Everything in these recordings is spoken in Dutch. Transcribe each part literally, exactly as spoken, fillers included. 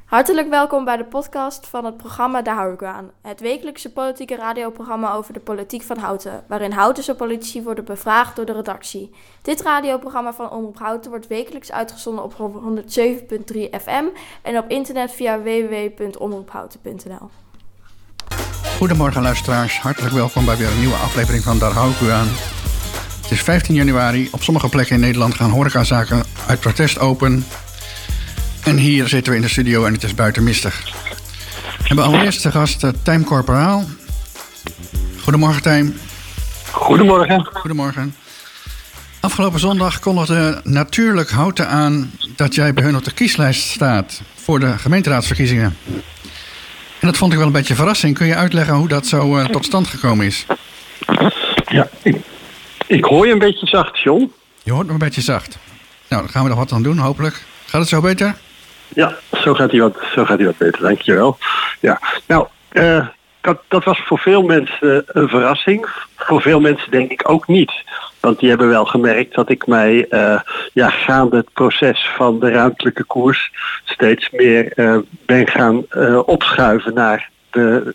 Hartelijk welkom bij de podcast van het programma Daar hou ik u aan. Het wekelijkse politieke radioprogramma over de politiek van Houten, waarin Houtense politici worden bevraagd door de redactie. Dit radioprogramma van Omroep Houten wordt wekelijks uitgezonden op honderdzeven punt drie F M en op internet via w w w punt omroephouten punt n l. Goedemorgen luisteraars, hartelijk welkom bij weer een nieuwe aflevering van Daar hou ik u aan. Het is vijftien januari, op sommige plekken in Nederland gaan horecazaken uit protest open. En hier zitten we in de studio en het is buiten mistig. We hebben allereerst de gast uh, Tijm Corporaal. Goedemorgen Tijm. Goedemorgen. Goedemorgen. Afgelopen zondag kondigde Natuurlijk Houten aan dat jij bij hun op de kieslijst staat voor de gemeenteraadsverkiezingen. En dat vond ik wel een beetje verrassing. Kun je uitleggen hoe dat zo uh, tot stand gekomen is? Ja, ik, ik hoor je een beetje zacht, John. Je hoort me een beetje zacht. Nou, dan gaan we er wat aan doen, hopelijk. Gaat het zo beter? Ja, zo gaat hij wat, zo gaat hij wat beter, dankjewel. Ja, nou, uh, dat, dat was voor veel mensen een verrassing. Voor veel mensen denk ik ook niet. Want die hebben wel gemerkt dat ik mij uh, ja, gaande het proces van de ruimtelijke koers steeds meer uh, ben gaan uh, opschuiven naar de,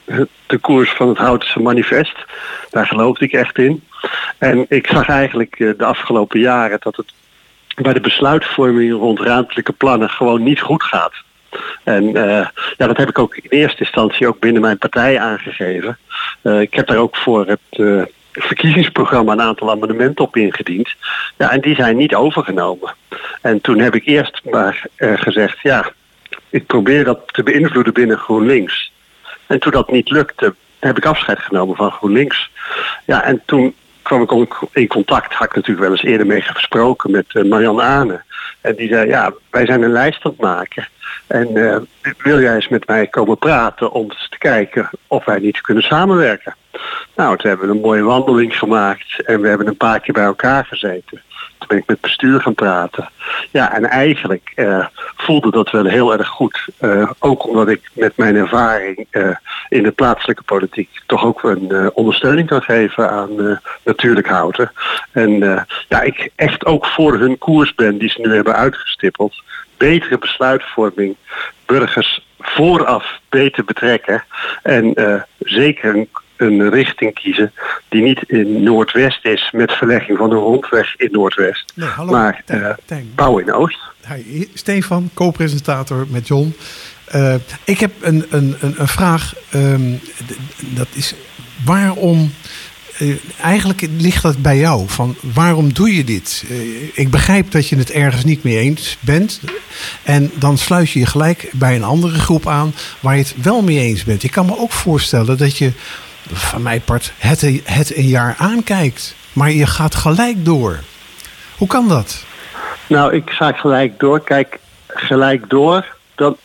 de koers van het Houtense Manifest. Daar geloofde ik echt in. En ik zag eigenlijk uh, de afgelopen jaren dat het bij de besluitvorming rond ruimtelijke plannen gewoon niet goed gaat. En uh, ja, dat heb ik ook in eerste instantie ook binnen mijn partij aangegeven. Uh, ik heb daar ook voor het uh, verkiezingsprogramma een aantal amendementen op ingediend. Ja, en die zijn niet overgenomen. En toen heb ik eerst maar uh, gezegd, ja, ik probeer dat te beïnvloeden binnen GroenLinks. En toen dat niet lukte, heb ik afscheid genomen van GroenLinks. Ja, en toen kwam ik ook in contact, had ik natuurlijk wel eens eerder mee gesproken met uh, Marianne Aanen. En die zei, ja, wij zijn een lijst aan het maken. En uh, wil jij eens met mij komen praten om eens te kijken of wij niet kunnen samenwerken? Nou, toen hebben we een mooie wandeling gemaakt en we hebben een paar keer bij elkaar gezeten. Toen ben ik met het bestuur gaan praten. Ja, en eigenlijk uh, voelde dat wel heel erg goed. Uh, ook omdat ik met mijn ervaring uh, in de plaatselijke politiek toch ook een uh, ondersteuning kan geven aan uh, Natuurlijk Houten. En uh, ja, ik echt ook voor hun koers ben die ze nu hebben uitgestippeld. Betere besluitvorming, burgers vooraf beter betrekken en uh, zeker een een richting kiezen die niet in Noordwest is met verlegging van een rondweg in Noordwest. Nee, hallo, maar uh, bouw in Oost. Hi, Stefan, co-presentator met John. Uh, ik heb een, een, een vraag. Um, dat is waarom... Uh, eigenlijk ligt dat bij jou. Van waarom doe je dit? Uh, ik begrijp dat je het ergens niet mee eens bent. En dan sluit je je gelijk bij een andere groep aan waar je het wel mee eens bent. Ik kan me ook voorstellen dat je van mijn part het, het een jaar aankijkt. Maar je gaat gelijk door. Hoe kan dat? Nou, ik ga gelijk door. Kijk, gelijk door. Dan,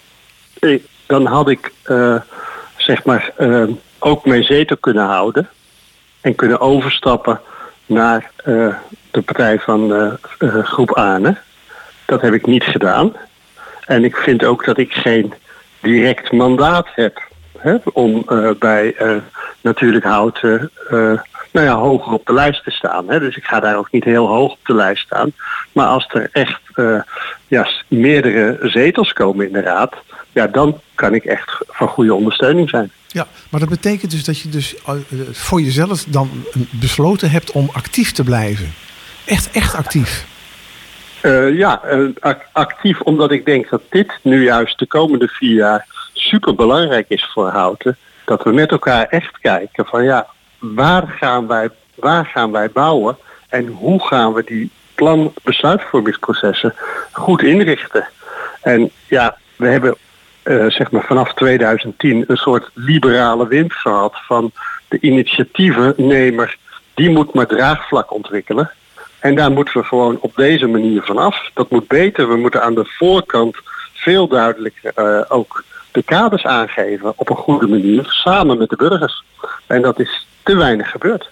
dan had ik uh, zeg maar uh, ook mijn zetel kunnen houden. En kunnen overstappen naar uh, de partij van uh, uh, groep Aanen. Dat heb ik niet gedaan. En ik vind ook dat ik geen direct mandaat heb. Hè, om uh, bij uh, Natuurlijk Houten uh, nou ja, hoger op de lijst te staan. Hè. Dus ik ga daar ook niet heel hoog op de lijst staan. Maar als er echt uh, ja, meerdere zetels komen in de raad, ja, dan kan ik echt van goede ondersteuning zijn. Ja, maar dat betekent dus dat je dus uh, voor jezelf dan besloten hebt om actief te blijven. Echt, echt actief. Uh, ja, uh, actief omdat ik denk dat dit nu juist de komende vier jaar super belangrijk is voor Houten. Dat we met elkaar echt kijken van ja, waar gaan wij, waar gaan wij bouwen en hoe gaan we die plan besluitvormingsprocessen goed inrichten. En ja, we hebben uh, zeg maar vanaf tweeduizend tien een soort liberale wind gehad van de initiatievennemer, die moet maar draagvlak ontwikkelen. En daar moeten we gewoon op deze manier vanaf. Dat moet beter. We moeten aan de voorkant veel duidelijker uh, ook de kaders aangeven op een goede manier, samen met de burgers. En dat is te weinig gebeurd.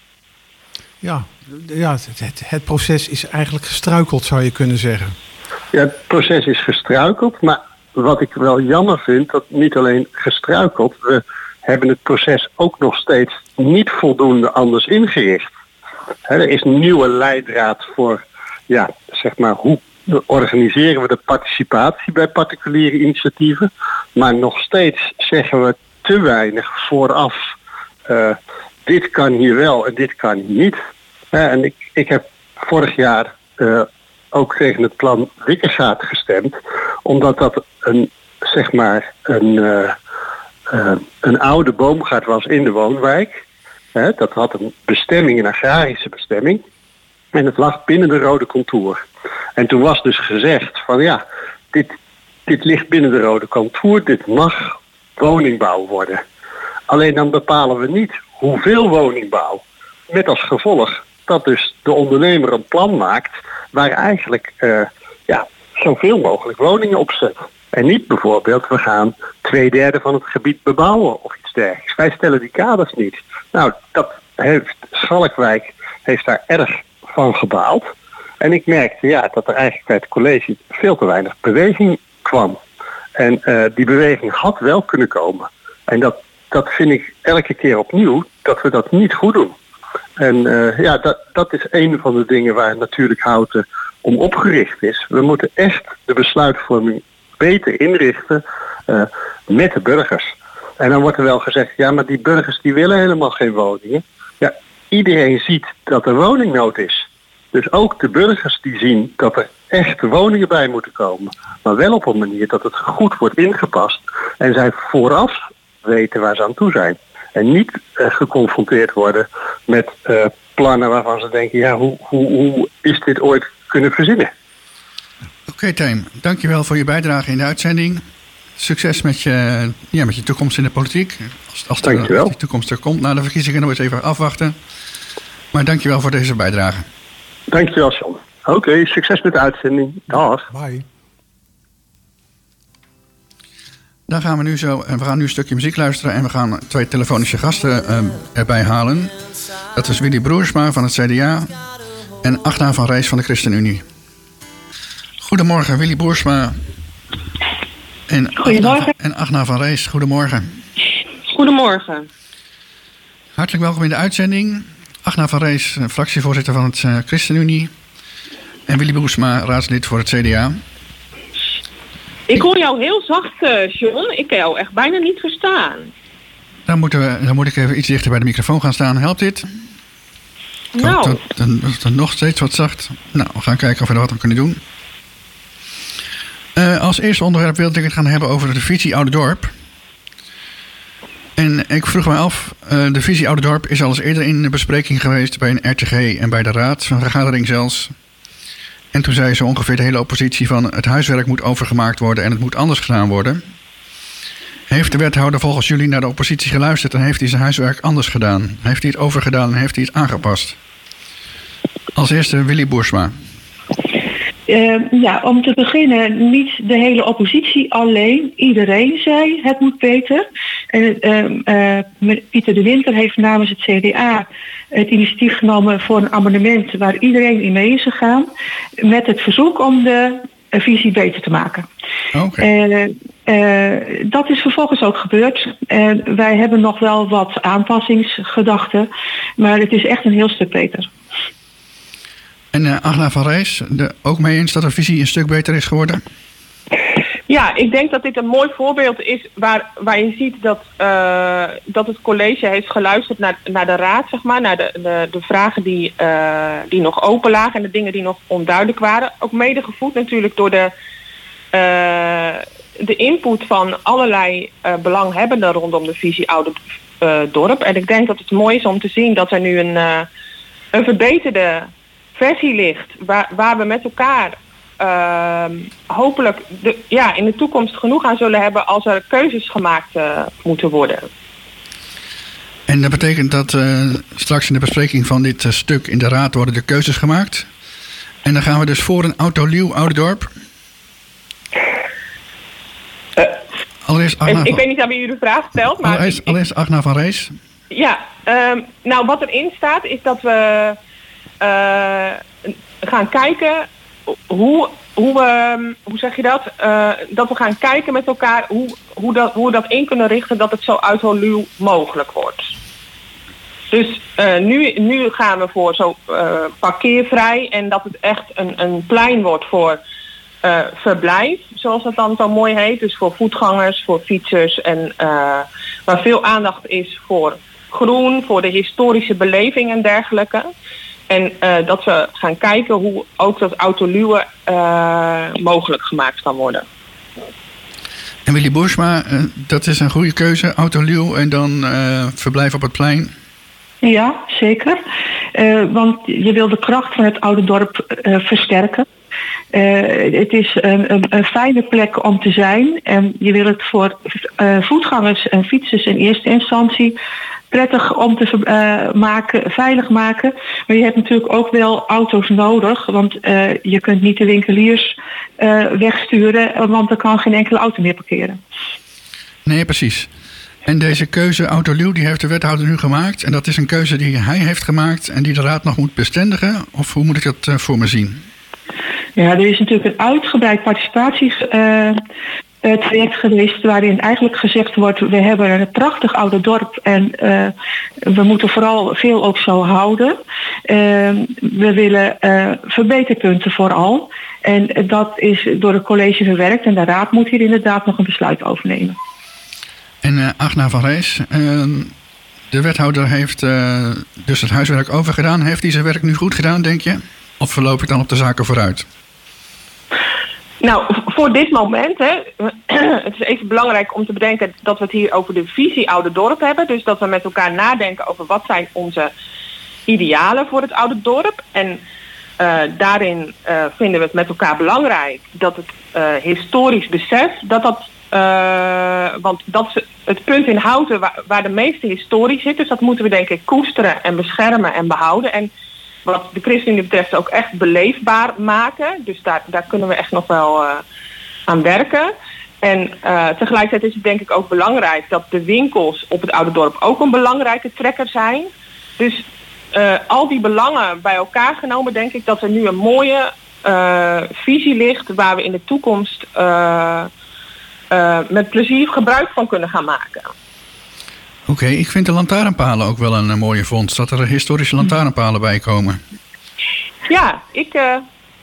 Ja, ja het, het, het proces is eigenlijk gestruikeld, zou je kunnen zeggen. Ja, het proces is gestruikeld, maar wat ik wel jammer vind, dat niet alleen gestruikeld, we hebben het proces ook nog steeds niet voldoende anders ingericht. He, er is een nieuwe leidraad voor ja, zeg maar, hoe organiseren we de participatie bij particuliere initiatieven. Maar nog steeds zeggen we te weinig vooraf. Uh, dit kan hier wel en dit kan hier niet. Uh, en ik, ik heb vorig jaar uh, ook tegen het plan Wickersaat gestemd. Omdat dat een, zeg maar, een, uh, uh, een oude boomgaard was in de woonwijk. Uh, dat had een bestemming, een agrarische bestemming. En het lag binnen de rode contour. En toen was dus gezegd van ja, dit, dit ligt binnen de rode contour, dit mag woningbouw worden. Alleen dan bepalen we niet hoeveel woningbouw. Met als gevolg dat dus de ondernemer een plan maakt waar eigenlijk uh, ja, zoveel mogelijk woningen op zet. En niet bijvoorbeeld, we gaan twee derde van het gebied bebouwen of iets dergelijks. Wij stellen die kaders niet. Nou, dat heeft Schalkwijk heeft daar erg van gebaald. En ik merkte ja, dat er eigenlijk bij het college veel te weinig beweging kwam. En uh, die beweging had wel kunnen komen. En dat, dat vind ik elke keer opnieuw, dat we dat niet goed doen. En uh, ja, dat, dat is een van de dingen waar natuurlijk Houten om opgericht is. We moeten echt de besluitvorming beter inrichten uh, met de burgers. En dan wordt er wel gezegd, ja, maar die burgers die willen helemaal geen woningen. Ja, iedereen ziet dat er woningnood is. Dus ook de burgers die zien dat er echte woningen bij moeten komen. Maar wel op een manier dat het goed wordt ingepast. En zij vooraf weten waar ze aan toe zijn. En niet uh, geconfronteerd worden met uh, plannen waarvan ze denken, ja, hoe, hoe, hoe is dit ooit kunnen verzinnen? Oké, okay, Tijm, dankjewel voor je bijdrage in de uitzending. Succes met je, ja, met je toekomst in de politiek. Als, als, de, als die toekomst er komt na de verkiezingen, dan moet je even afwachten. Maar dankjewel voor deze bijdrage. Dankjewel, John. Oké, okay, succes met de uitzending. Dag. Bye. Dan gaan we nu zo, we gaan nu een stukje muziek luisteren en we gaan twee telefonische gasten uh, erbij halen. Dat is Willy Broersma van het C D A en Agna van Rijs van de ChristenUnie. Goedemorgen, Willy Broersma. En Goedemorgen. Agna, en Agna van Rijs, goedemorgen. Goedemorgen. Hartelijk welkom in de uitzending. Agna van Rijs, fractievoorzitter van het uh, ChristenUnie. En Willy Broersma, raadslid voor het C D A. Ik hoor jou heel zacht, uh, John. Ik kan jou echt bijna niet verstaan. Dan, moeten we, dan moet ik even iets dichter bij de microfoon gaan staan. Helpt dit? Nou. Dan, dan, dan, dan nog steeds wat zacht. Nou, we gaan kijken of we er wat aan kunnen doen. Uh, als eerste onderwerp wilde ik het gaan hebben over de visie Oude Dorp. En ik vroeg me af, uh, de visie Oude Dorp is al eens eerder in de bespreking geweest bij een R T G en bij de raad, een vergadering zelfs. En toen zei zo ongeveer de hele oppositie van het huiswerk moet overgemaakt worden en het moet anders gedaan worden. Heeft de wethouder volgens jullie naar de oppositie geluisterd en heeft hij zijn huiswerk anders gedaan? Heeft hij het overgedaan en heeft hij het aangepast? Als eerste Willy Broersma. Uh, ja, om te beginnen, niet de hele oppositie alleen. Iedereen zei het moet beter. En uh, uh, Pieter de Winter heeft namens het C D A het initiatief genomen voor een amendement waar iedereen in mee is gegaan. Met het verzoek om de uh, visie beter te maken. Okay. Uh, uh, dat is vervolgens ook gebeurd. Uh, wij hebben nog wel wat aanpassingsgedachten. Maar het is echt een heel stuk beter. En uh, Agna van Rijs, de, ook mee eens dat de visie een stuk beter is geworden? Ja, ik denk dat dit een mooi voorbeeld is waar, waar je ziet dat, uh, dat het college heeft geluisterd naar, naar de raad, zeg maar, naar de, de, de vragen die, uh, die nog open lagen en de dingen die nog onduidelijk waren. Ook mede gevoed natuurlijk door de, uh, de input van allerlei uh, belanghebbenden rondom de visie Oude uh, Dorp. En ik denk dat het mooi is om te zien dat er nu een, uh, een verbeterde versie ligt waar, waar we met elkaar uh, hopelijk de, ja, in de toekomst genoeg aan zullen hebben als er keuzes gemaakt uh, moeten worden. En dat betekent dat uh, straks in de bespreking van dit uh, stuk in de raad worden de keuzes gemaakt. En dan gaan we dus voor een autoluw Oude Dorp. Uh, allereerst Agna ik, van... ik weet niet aan wie u de vraag stelt, maar... Allereerst, allereerst Agna van Rijs. Ja, um, nou wat erin staat is dat we uh, gaan kijken hoe, hoe, we, hoe zeg je dat? Uh, dat we gaan kijken met elkaar hoe, hoe, dat, hoe we dat in kunnen richten dat het zo autoluw mogelijk wordt. Dus uh, nu, nu gaan we voor zo uh, parkeervrij en dat het echt een, een plein wordt voor uh, verblijf, zoals dat dan zo mooi heet. Dus voor voetgangers, voor fietsers en uh, waar veel aandacht is voor groen, voor de historische beleving en dergelijke. En uh, dat we gaan kijken hoe ook dat autoluwen uh, mogelijk gemaakt kan worden. En Willy Boersma, uh, dat is een goede keuze, autoluw en dan uh, verblijf op het plein. Ja, zeker. Uh, want je wil de kracht van het oude dorp uh, versterken. Uh, het is een, een, een fijne plek om te zijn. En je wil het voor uh, voetgangers en fietsers in eerste instantie prettig om te uh, maken, veilig maken. Maar je hebt natuurlijk ook wel auto's nodig. Want uh, je kunt niet de winkeliers uh, wegsturen. Want er kan geen enkele auto meer parkeren. Nee, precies. En deze keuze autoluw, die heeft de wethouder nu gemaakt. En dat is een keuze die hij heeft gemaakt en die de raad nog moet bestendigen. Of hoe moet ik dat uh, voor me zien? Ja, er is natuurlijk een uitgebreid participatietraject uh, geweest waarin eigenlijk gezegd wordt, we hebben een prachtig oude dorp en uh, we moeten vooral veel ook zo houden. Uh, we willen uh, verbeterpunten vooral. En dat is door het college verwerkt en de raad moet hier inderdaad nog een besluit over nemen. En uh, Agna van Rees, uh, de wethouder heeft uh, dus het huiswerk overgedaan. Heeft hij zijn werk nu goed gedaan, denk je? Of verloop ik dan op de zaken vooruit? Nou, voor dit moment, hè, het is even belangrijk om te bedenken dat we het hier over de visie oude dorp hebben. Dus dat we met elkaar nadenken over wat zijn onze idealen voor het oude dorp. En uh, daarin uh, vinden we het met elkaar belangrijk dat het uh, historisch besef, dat dat, uh, want dat is het punt in Houten waar, waar de meeste historie zit. Dus dat moeten we denk ik koesteren en beschermen en behouden. En wat de ChristenUnie betreft ook echt beleefbaar maken. Dus daar, daar kunnen we echt nog wel uh, aan werken. En uh, tegelijkertijd is het denk ik ook belangrijk dat de winkels op het oude dorp ook een belangrijke trekker zijn. Dus uh, al die belangen bij elkaar genomen denk ik dat er nu een mooie uh, visie ligt waar we in de toekomst uh, uh, met plezier gebruik van kunnen gaan maken. Oké, okay, ik vind de lantaarnpalen ook wel een, een mooie vondst. Dat er historische lantaarnpalen bij komen. Ja, ik, uh,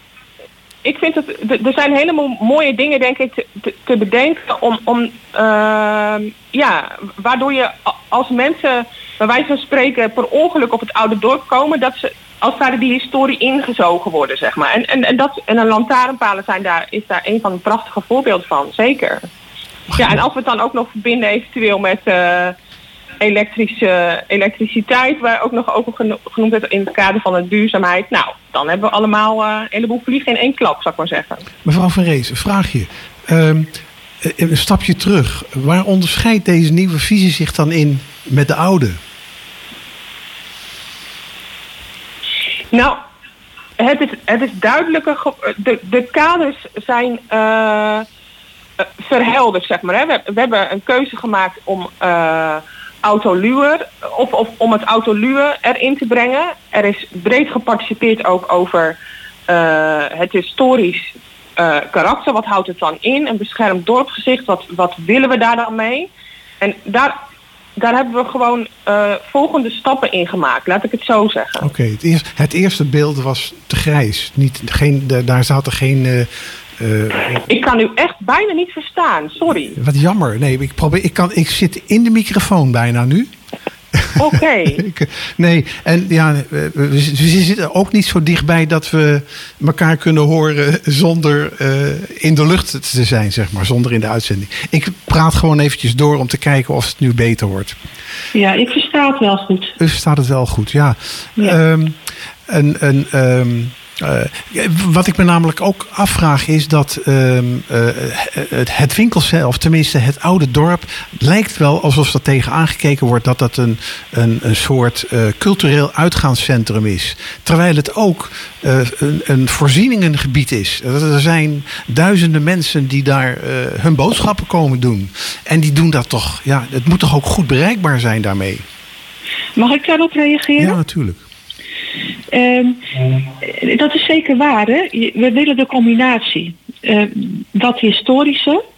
ik vind het... Er zijn hele mooie dingen, denk ik, te, te bedenken om... om uh, ja, waardoor je als mensen, bij wijze van spreken, per ongeluk op het oude dorp komen, dat ze als het ware die historie ingezogen worden, zeg maar. En, en, en, dat, en een lantaarnpalen zijn daar, is daar een van de prachtige voorbeelden van, zeker. Ja, en als we het dan ook nog verbinden eventueel met... Uh, elektrische elektriciteit, waar ook nog over genoemd werd in het kader van de duurzaamheid. Nou, dan hebben we allemaal uh, een heleboel vliegen in één klap, zou ik maar zeggen. Mevrouw Van Rees, een vraagje. Um, een stapje terug. Waar onderscheidt deze nieuwe visie zich dan in met de oude? Nou, het is, het is duidelijker. De, de kaders zijn uh, verhelderd, zeg maar. Hè. We, we hebben een keuze gemaakt om uh, autoluwer of, of om het autoluwe erin te brengen. Er is breed geparticipeerd ook over uh, het historisch uh, karakter. Wat houdt het dan in? Een beschermd dorpsgezicht. Wat, wat willen we daar dan mee? En daar, daar hebben we gewoon uh, volgende stappen in gemaakt. Laat ik het zo zeggen. Oké, okay, het, eerst, het eerste beeld was te grijs. Niet, geen, de, daar zaten geen... Uh... Uh, ik kan u echt bijna niet verstaan, sorry. Wat jammer. Nee, ik, probeer, ik, kan, ik zit in de microfoon bijna nu. Oké. Okay. Nee, en ja, we, we zitten ook niet zo dichtbij dat we elkaar kunnen horen zonder uh, in de lucht te zijn, zeg maar, zonder in de uitzending. Ik praat gewoon eventjes door om te kijken of het nu beter wordt. Ja, ik versta het wel goed. U verstaat het wel goed, ja. ja. Um, en, en, um, Uh, wat ik me namelijk ook afvraag is dat uh, uh, het, het winkel zelf, tenminste het oude dorp, lijkt wel alsof er tegen aangekeken wordt dat dat een, een, een soort uh, cultureel uitgaanscentrum is. Terwijl het ook uh, een, een voorzieningengebied is. Er zijn duizenden mensen die daar uh, hun boodschappen komen doen. En die doen dat toch, ja, het moet toch ook goed bereikbaar zijn daarmee. Mag ik daarop reageren? Ja, natuurlijk. Uh, dat is zeker waar. Hè? We willen de combinatie. Uh, dat historische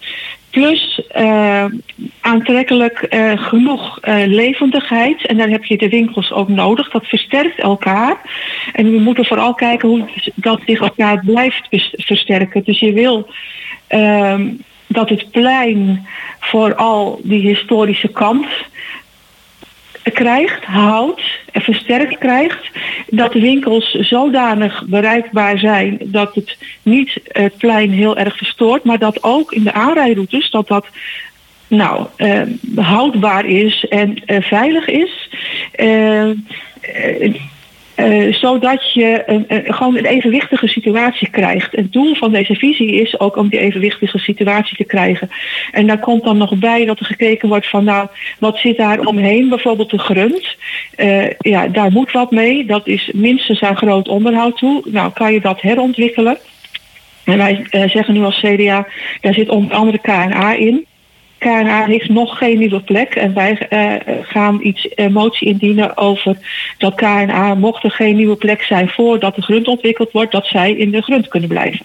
Plus uh, aantrekkelijk uh, genoeg uh, levendigheid. En daar heb je de winkels ook nodig. Dat versterkt elkaar. En we moeten vooral kijken hoe dat zich elkaar blijft versterken. Dus je wil uh, dat het plein vooral die historische kant krijgt, houdt en versterkt krijgt. Dat de winkels zodanig bereikbaar zijn dat het niet het plein heel erg verstoort, maar dat ook in de aanrijroutes dat dat nou uh, houdbaar is en uh, veilig is. Uh, uh, Uh, zodat je een, een, gewoon een evenwichtige situatie krijgt. Het doel van deze visie is ook om die evenwichtige situatie te krijgen. En daar komt dan nog bij dat er gekeken wordt van nou, wat zit daar omheen? Bijvoorbeeld de grund. Uh, ja, daar moet wat mee. Dat is minstens aan groot onderhoud toe. Nou, kan je dat herontwikkelen? En wij uh, zeggen nu als C D A, daar zit onder andere K N A in. K N A heeft nog geen nieuwe plek en wij uh, gaan iets uh, motie indienen over dat K N A, mocht er geen nieuwe plek zijn voordat de grond ontwikkeld wordt, dat zij in de grond kunnen blijven.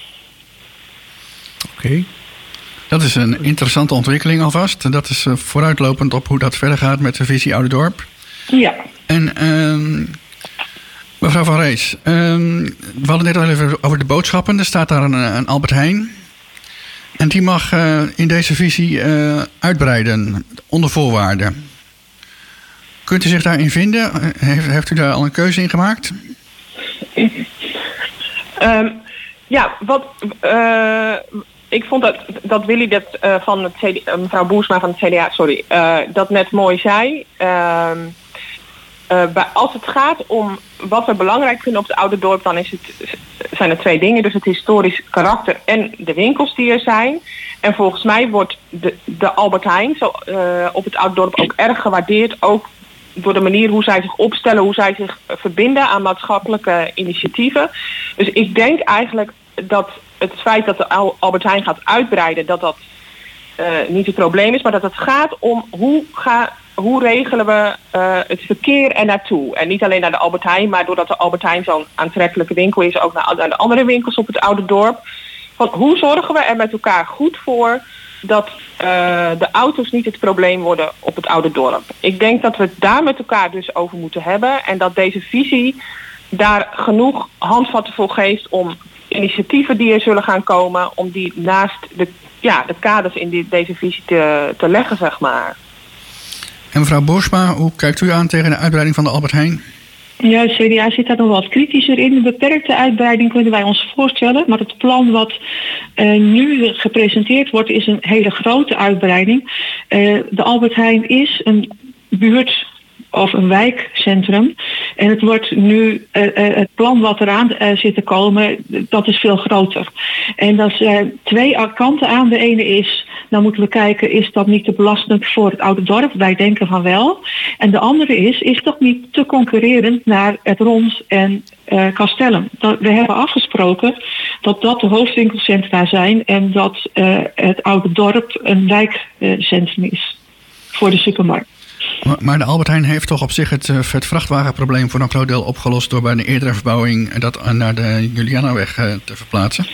Oké. Okay. Dat is een interessante ontwikkeling alvast. Dat is uh, vooruitlopend op hoe dat verder gaat met de visie Oude Dorp. Ja. En uh, mevrouw Van Rees, uh, we hadden net al even over de boodschappen. Er staat daar een, een Albert Heijn. En die mag uh, in deze visie uh, uitbreiden, onder voorwaarden. Kunt u zich daarin vinden? Heeft, heeft u daar al een keuze in gemaakt? Um, ja, wat... Uh, ik vond dat, dat Willy dat uh, van het C D A, uh, mevrouw Boersma van het C D A, sorry, uh, dat net mooi zei. Uh, uh, bij, als het gaat om wat we belangrijk vinden op het Oude Dorp, dan is het, zijn er twee dingen. Dus het historisch karakter en de winkels die er zijn. En volgens mij wordt de, de Albert Heijn zo, uh, op het Oude Dorp ook erg gewaardeerd. Ook door de manier hoe zij zich opstellen, hoe zij zich verbinden aan maatschappelijke initiatieven. Dus ik denk eigenlijk dat het feit dat de Albert Heijn gaat uitbreiden, dat dat uh, niet het probleem is. Maar dat het gaat om hoe, ga, hoe regelen we uh, het verkeer er naartoe. En niet alleen naar de Albert Heijn, maar doordat de Albert Heijn zo'n aantrekkelijke winkel is, ook naar, naar de andere winkels op het Oude Dorp. Van hoe zorgen we er met elkaar goed voor dat uh, de auto's niet het probleem worden op het Oude Dorp. Ik denk dat we het daar met elkaar dus over moeten hebben. En dat deze visie daar genoeg handvatten voor geeft om initiatieven die er zullen gaan komen, om die naast de, ja, de kaders in die, deze visie te, te leggen, zeg maar. En mevrouw Boersma, hoe kijkt u aan tegen de uitbreiding van de Albert Heijn? Ja, de C D A zit daar nog wat kritischer in. Een beperkte uitbreiding kunnen wij ons voorstellen. Maar het plan wat uh, nu gepresenteerd wordt is een hele grote uitbreiding. Uh, de Albert Heijn is een buurt of een wijkcentrum. En het wordt nu, uh, uh, het plan wat eraan uh, zit te komen, dat is veel groter. En dat is uh, twee kanten aan. De ene is, dan moeten we kijken, is dat niet te belastend voor het Oude Dorp? Wij denken van wel. En de andere is, is dat niet te concurrerend naar het Rond en uh, Castellum? Dat, we hebben afgesproken dat dat de hoofdwinkelcentra zijn en dat uh, het Oude Dorp een wijkcentrum uh, is voor de supermarkt. Maar de Albert Heijn heeft toch op zich het, het vrachtwagenprobleem voor een groot deel opgelost door bij een eerdere verbouwing dat naar de Julianaweg te verplaatsen?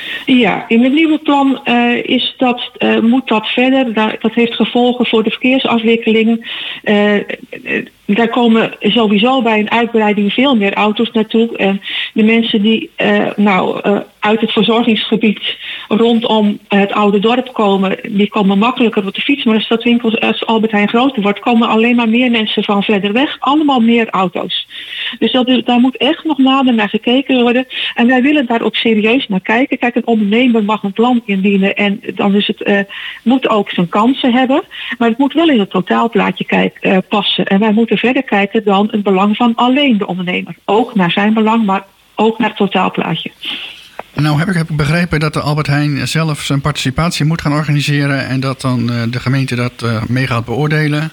Ja, in het nieuwe plan uh, is dat, uh, moet dat verder. Dat heeft gevolgen voor de verkeersafwikkeling. Uh, daar komen sowieso bij een uitbreiding veel meer auto's naartoe. En de mensen die uh, nou, uh, uit het verzorgingsgebied rondom het Oude Dorp komen, die komen makkelijker op de fiets. Maar als dat winkel als Albert Heijn groter wordt, komen alleen maar meer mensen van verder weg. Allemaal meer auto's. Dus dat is, daar moet echt nog nader naar gekeken worden. En wij willen daar ook serieus naar kijken. Kijk, een ondernemer mag een plan indienen en dan is het, uh, moet ook zijn kansen hebben. Maar het moet wel in het totaalplaatje kijk, uh, passen. En wij moeten verder kijken dan het belang van alleen de ondernemer. Ook naar zijn belang, maar ook naar het totaalplaatje. Nou heb ik, heb ik begrepen dat de Albert Heijn zelf zijn participatie moet gaan organiseren en dat dan uh, de gemeente dat uh, mee gaat beoordelen.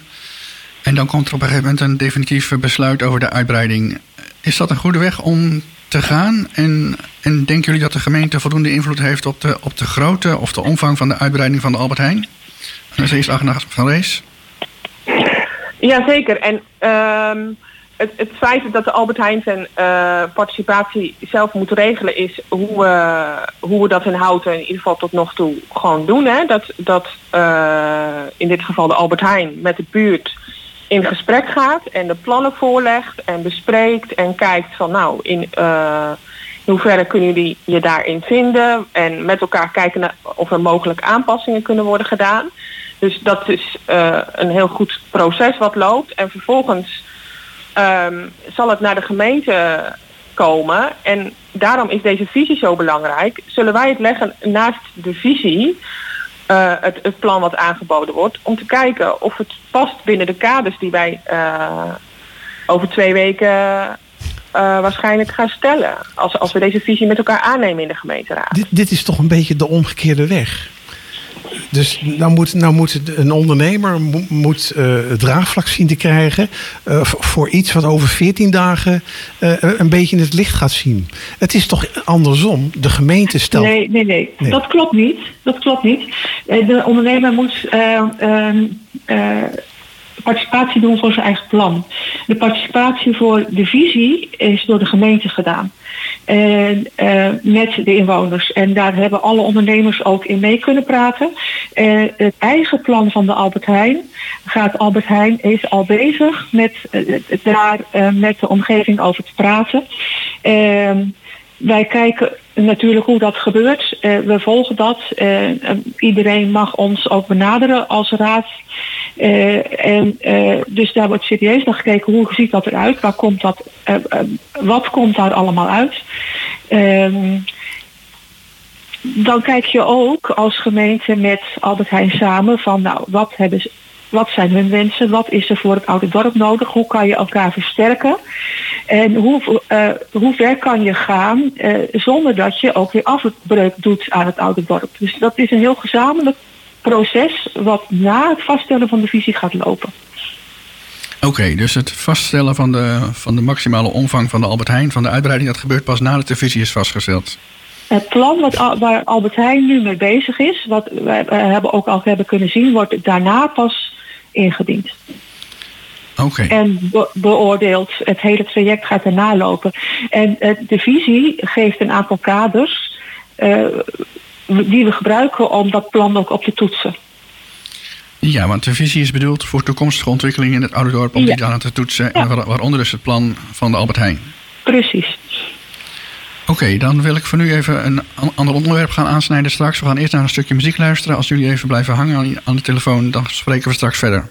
En dan komt er op een gegeven moment een definitief besluit over de uitbreiding. Is dat een goede weg om te gaan? En, en denken jullie dat de gemeente voldoende invloed heeft op de, op de grootte of de omvang van de uitbreiding van de Albert Heijn? Dat is eerst Agnes van Rees. Jazeker. En um, het, het feit dat de Albert Heijn zijn uh, participatie zelf moet regelen is hoe we, hoe we dat in Houten in ieder geval tot nog toe gewoon doen. Hè? Dat, dat uh, in dit geval de Albert Heijn met de buurt in gesprek gaat en de plannen voorlegt en bespreekt en kijkt van nou in, uh, in hoeverre kunnen jullie je daarin vinden en met elkaar kijken naar of er mogelijk aanpassingen kunnen worden gedaan. Dus dat is uh, een heel goed proces wat loopt en vervolgens Um, zal het naar de gemeente komen. En daarom is deze visie zo belangrijk. Zullen wij het leggen naast de visie, uh, het, het plan wat aangeboden wordt, om te kijken of het past binnen de kaders die wij uh, over twee weken uh, waarschijnlijk gaan stellen. Als, als we deze visie met elkaar aannemen in de gemeenteraad. Dit, dit is toch een beetje de omgekeerde weg. Dus nou moet, nou moet een ondernemer moet, moet uh, het draagvlak zien te krijgen uh, voor iets wat over veertien dagen uh, een beetje in het licht gaat zien. Het is toch andersom? De gemeente stelt... Nee, nee, nee. nee. Dat klopt niet. Dat klopt niet. De ondernemer moet uh, uh, uh, participatie doen voor zijn eigen plan. De participatie voor de visie is door de gemeente gedaan. En, uh, met de inwoners. En daar hebben alle ondernemers ook in mee kunnen praten. Uh, het eigen plan van de Albert Heijn gaat Albert Heijn is al bezig met uh, daar uh, met de omgeving over te praten. Uh, wij kijken natuurlijk hoe dat gebeurt. Uh, we volgen dat. Uh, uh, iedereen mag ons ook benaderen als raad. Uh, en, uh, dus daar wordt serieus naar gekeken. Hoe ziet dat eruit? Waar komt dat, uh, uh, wat komt daar allemaal uit? Uh, dan kijk je ook als gemeente met Albert Heijn samen van nou, wat hebben ze, wat zijn hun wensen? Wat is er voor het oude dorp nodig? Hoe kan je elkaar versterken? En hoe, uh, hoe ver kan je gaan uh, zonder dat je ook weer afbreuk doet aan het oude dorp? Dus dat is een heel gezamenlijk proces wat na het vaststellen van de visie gaat lopen. Oké, okay, dus het vaststellen van de, van de maximale omvang van de Albert Heijn, van de uitbreiding, dat gebeurt pas nadat de visie is vastgesteld. Het plan wat, waar Albert Heijn nu mee bezig is, wat wij hebben ook al hebben kunnen zien, wordt daarna pas ingediend. Oké. Okay. En be- beoordeeld, het hele traject gaat daarna lopen. En uh, de visie geeft een aantal kaders uh, die we gebruiken om dat plan ook op te toetsen. Ja, want de visie is bedoeld voor toekomstige ontwikkelingen in het oude dorp om ja. die dan te toetsen. Ja. En waar, waaronder dus het plan van de Albert Heijn. Precies. Oké, okay, dan wil ik voor nu even een ander onderwerp gaan aansnijden straks. We gaan eerst naar een stukje muziek luisteren. Als jullie even blijven hangen aan de telefoon, dan spreken we straks verder.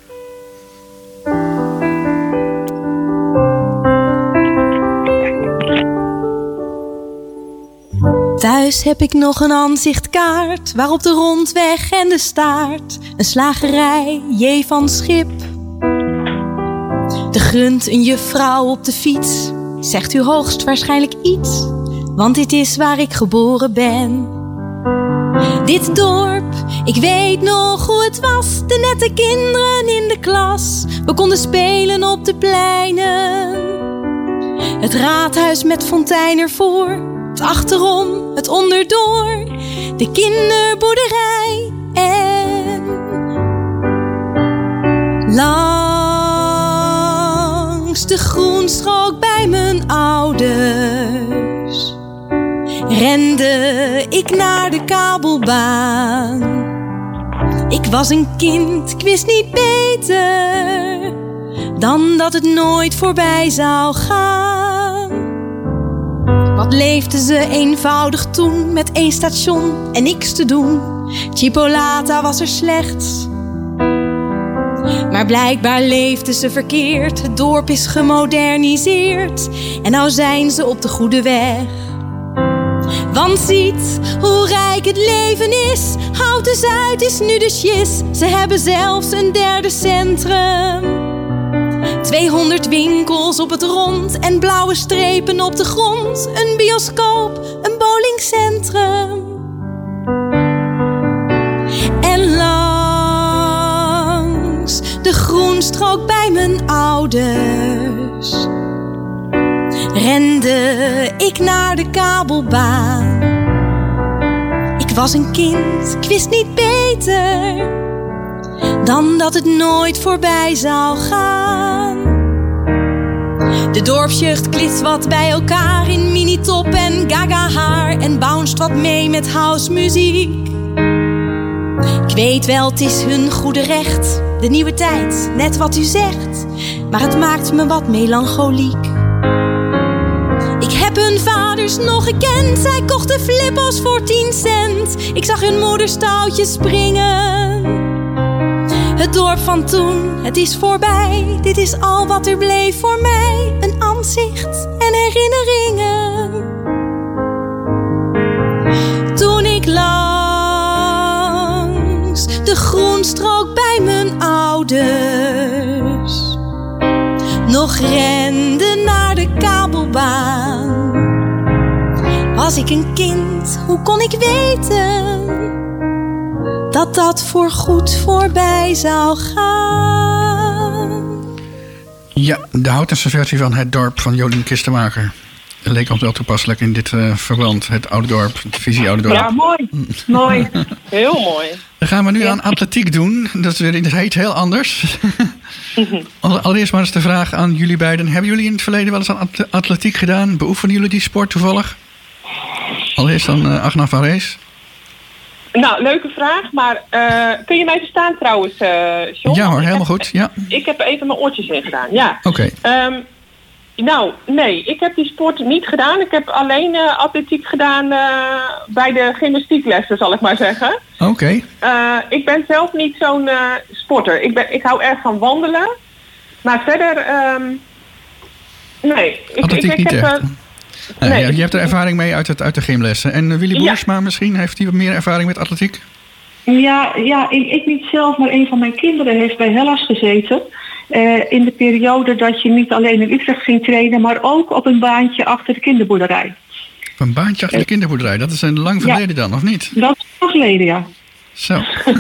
Thuis heb ik nog een aanzichtkaart, waarop de rondweg en de staart, een slagerij, J. van Schip. De grunt een juffrouw op de fiets, zegt u hoogstwaarschijnlijk iets, want dit is waar ik geboren ben. Dit dorp, ik weet nog hoe het was, de nette kinderen in de klas. We konden spelen op de pleinen, het raadhuis met fontein ervoor. Het achterom, het onderdoor, de kinderboerderij en langs de groenstrook bij mijn ouders rende ik naar de kabelbaan. Ik was een kind, ik wist niet beter dan dat het nooit voorbij zou gaan. Wat leefden ze eenvoudig toen, met één station en niks te doen. Chipolata was er slechts, maar blijkbaar leefden ze verkeerd. Het dorp is gemoderniseerd en nou zijn ze op de goede weg. Want ziet hoe rijk het leven is, Houten Zuid is nu de shis. Ze hebben zelfs een derde centrum, tweehonderd winkels op het rond en blauwe strepen op de grond. Een bioscoop, een bowlingcentrum. En langs de groenstrook bij mijn ouders rende ik naar de kabelbaan. Ik was een kind, ik wist niet beter dan dat het nooit voorbij zou gaan. De dorpsjeugd klitst wat bij elkaar in minitop en gaga haar en bounced wat mee met housemuziek. Ik weet wel, het is hun goede recht, de nieuwe tijd, net wat u zegt, maar het maakt me wat melancholiek. Ik heb hun vaders nog gekend, zij kochten flippos voor tien cent. Ik zag hun moeders touwtjes springen. Het dorp van toen, het is voorbij, dit is al wat er bleef voor mij. Een aanzicht en herinneringen. Toen ik langs de groenstrook bij mijn ouders nog rende naar de kabelbaan, was ik een kind, hoe kon ik weten dat dat voorgoed voorbij zou gaan? Ja, de Houtense versie van Het Dorp van Jolien Kistenmaker. Leek ons wel toepasselijk in dit uh, verband. Het Oude Dorp, de visie Oude Dorp. Ja, mooi. mooi. Heel mooi. Dan gaan we nu ja. aan atletiek doen. Dat is weer in het heet heel anders. Allereerst maar eens de vraag aan jullie beiden. Hebben jullie in het verleden wel eens aan atletiek gedaan? Beoefenen jullie die sport toevallig? Allereerst dan uh, Agna van Rees. Nou, leuke vraag, maar uh, kun je mij verstaan trouwens, uh, John? Ja hoor, helemaal heb, goed. Ja. Ik heb even mijn oortjes in gedaan, ja. Oké. Okay. Um, nou, nee, ik heb die sport niet gedaan. Ik heb alleen uh, atletiek gedaan uh, bij de gymnastieklessen, zal ik maar zeggen. Oké. Okay. Uh, ik ben zelf niet zo'n uh, sporter. Ik, ben, ik hou erg van wandelen. Maar verder, um, nee. Ik, atletiek ik, ik niet heb, echt. Uh, Nee, nee. Je hebt er ervaring mee uit, het, uit de gymlessen. En uh, Willy Boersma ja. misschien, heeft hij wat meer ervaring met atletiek? Ja, ja ik, ik niet zelf, maar een van mijn kinderen heeft bij Hellas gezeten. Uh, in de periode dat je niet alleen in Utrecht ging trainen, maar ook op een baantje achter de kinderboerderij. Op een baantje achter de kinderboerderij? Dat is een lang verleden ja. dan, of niet? Dat is lang geleden, ja. Zo.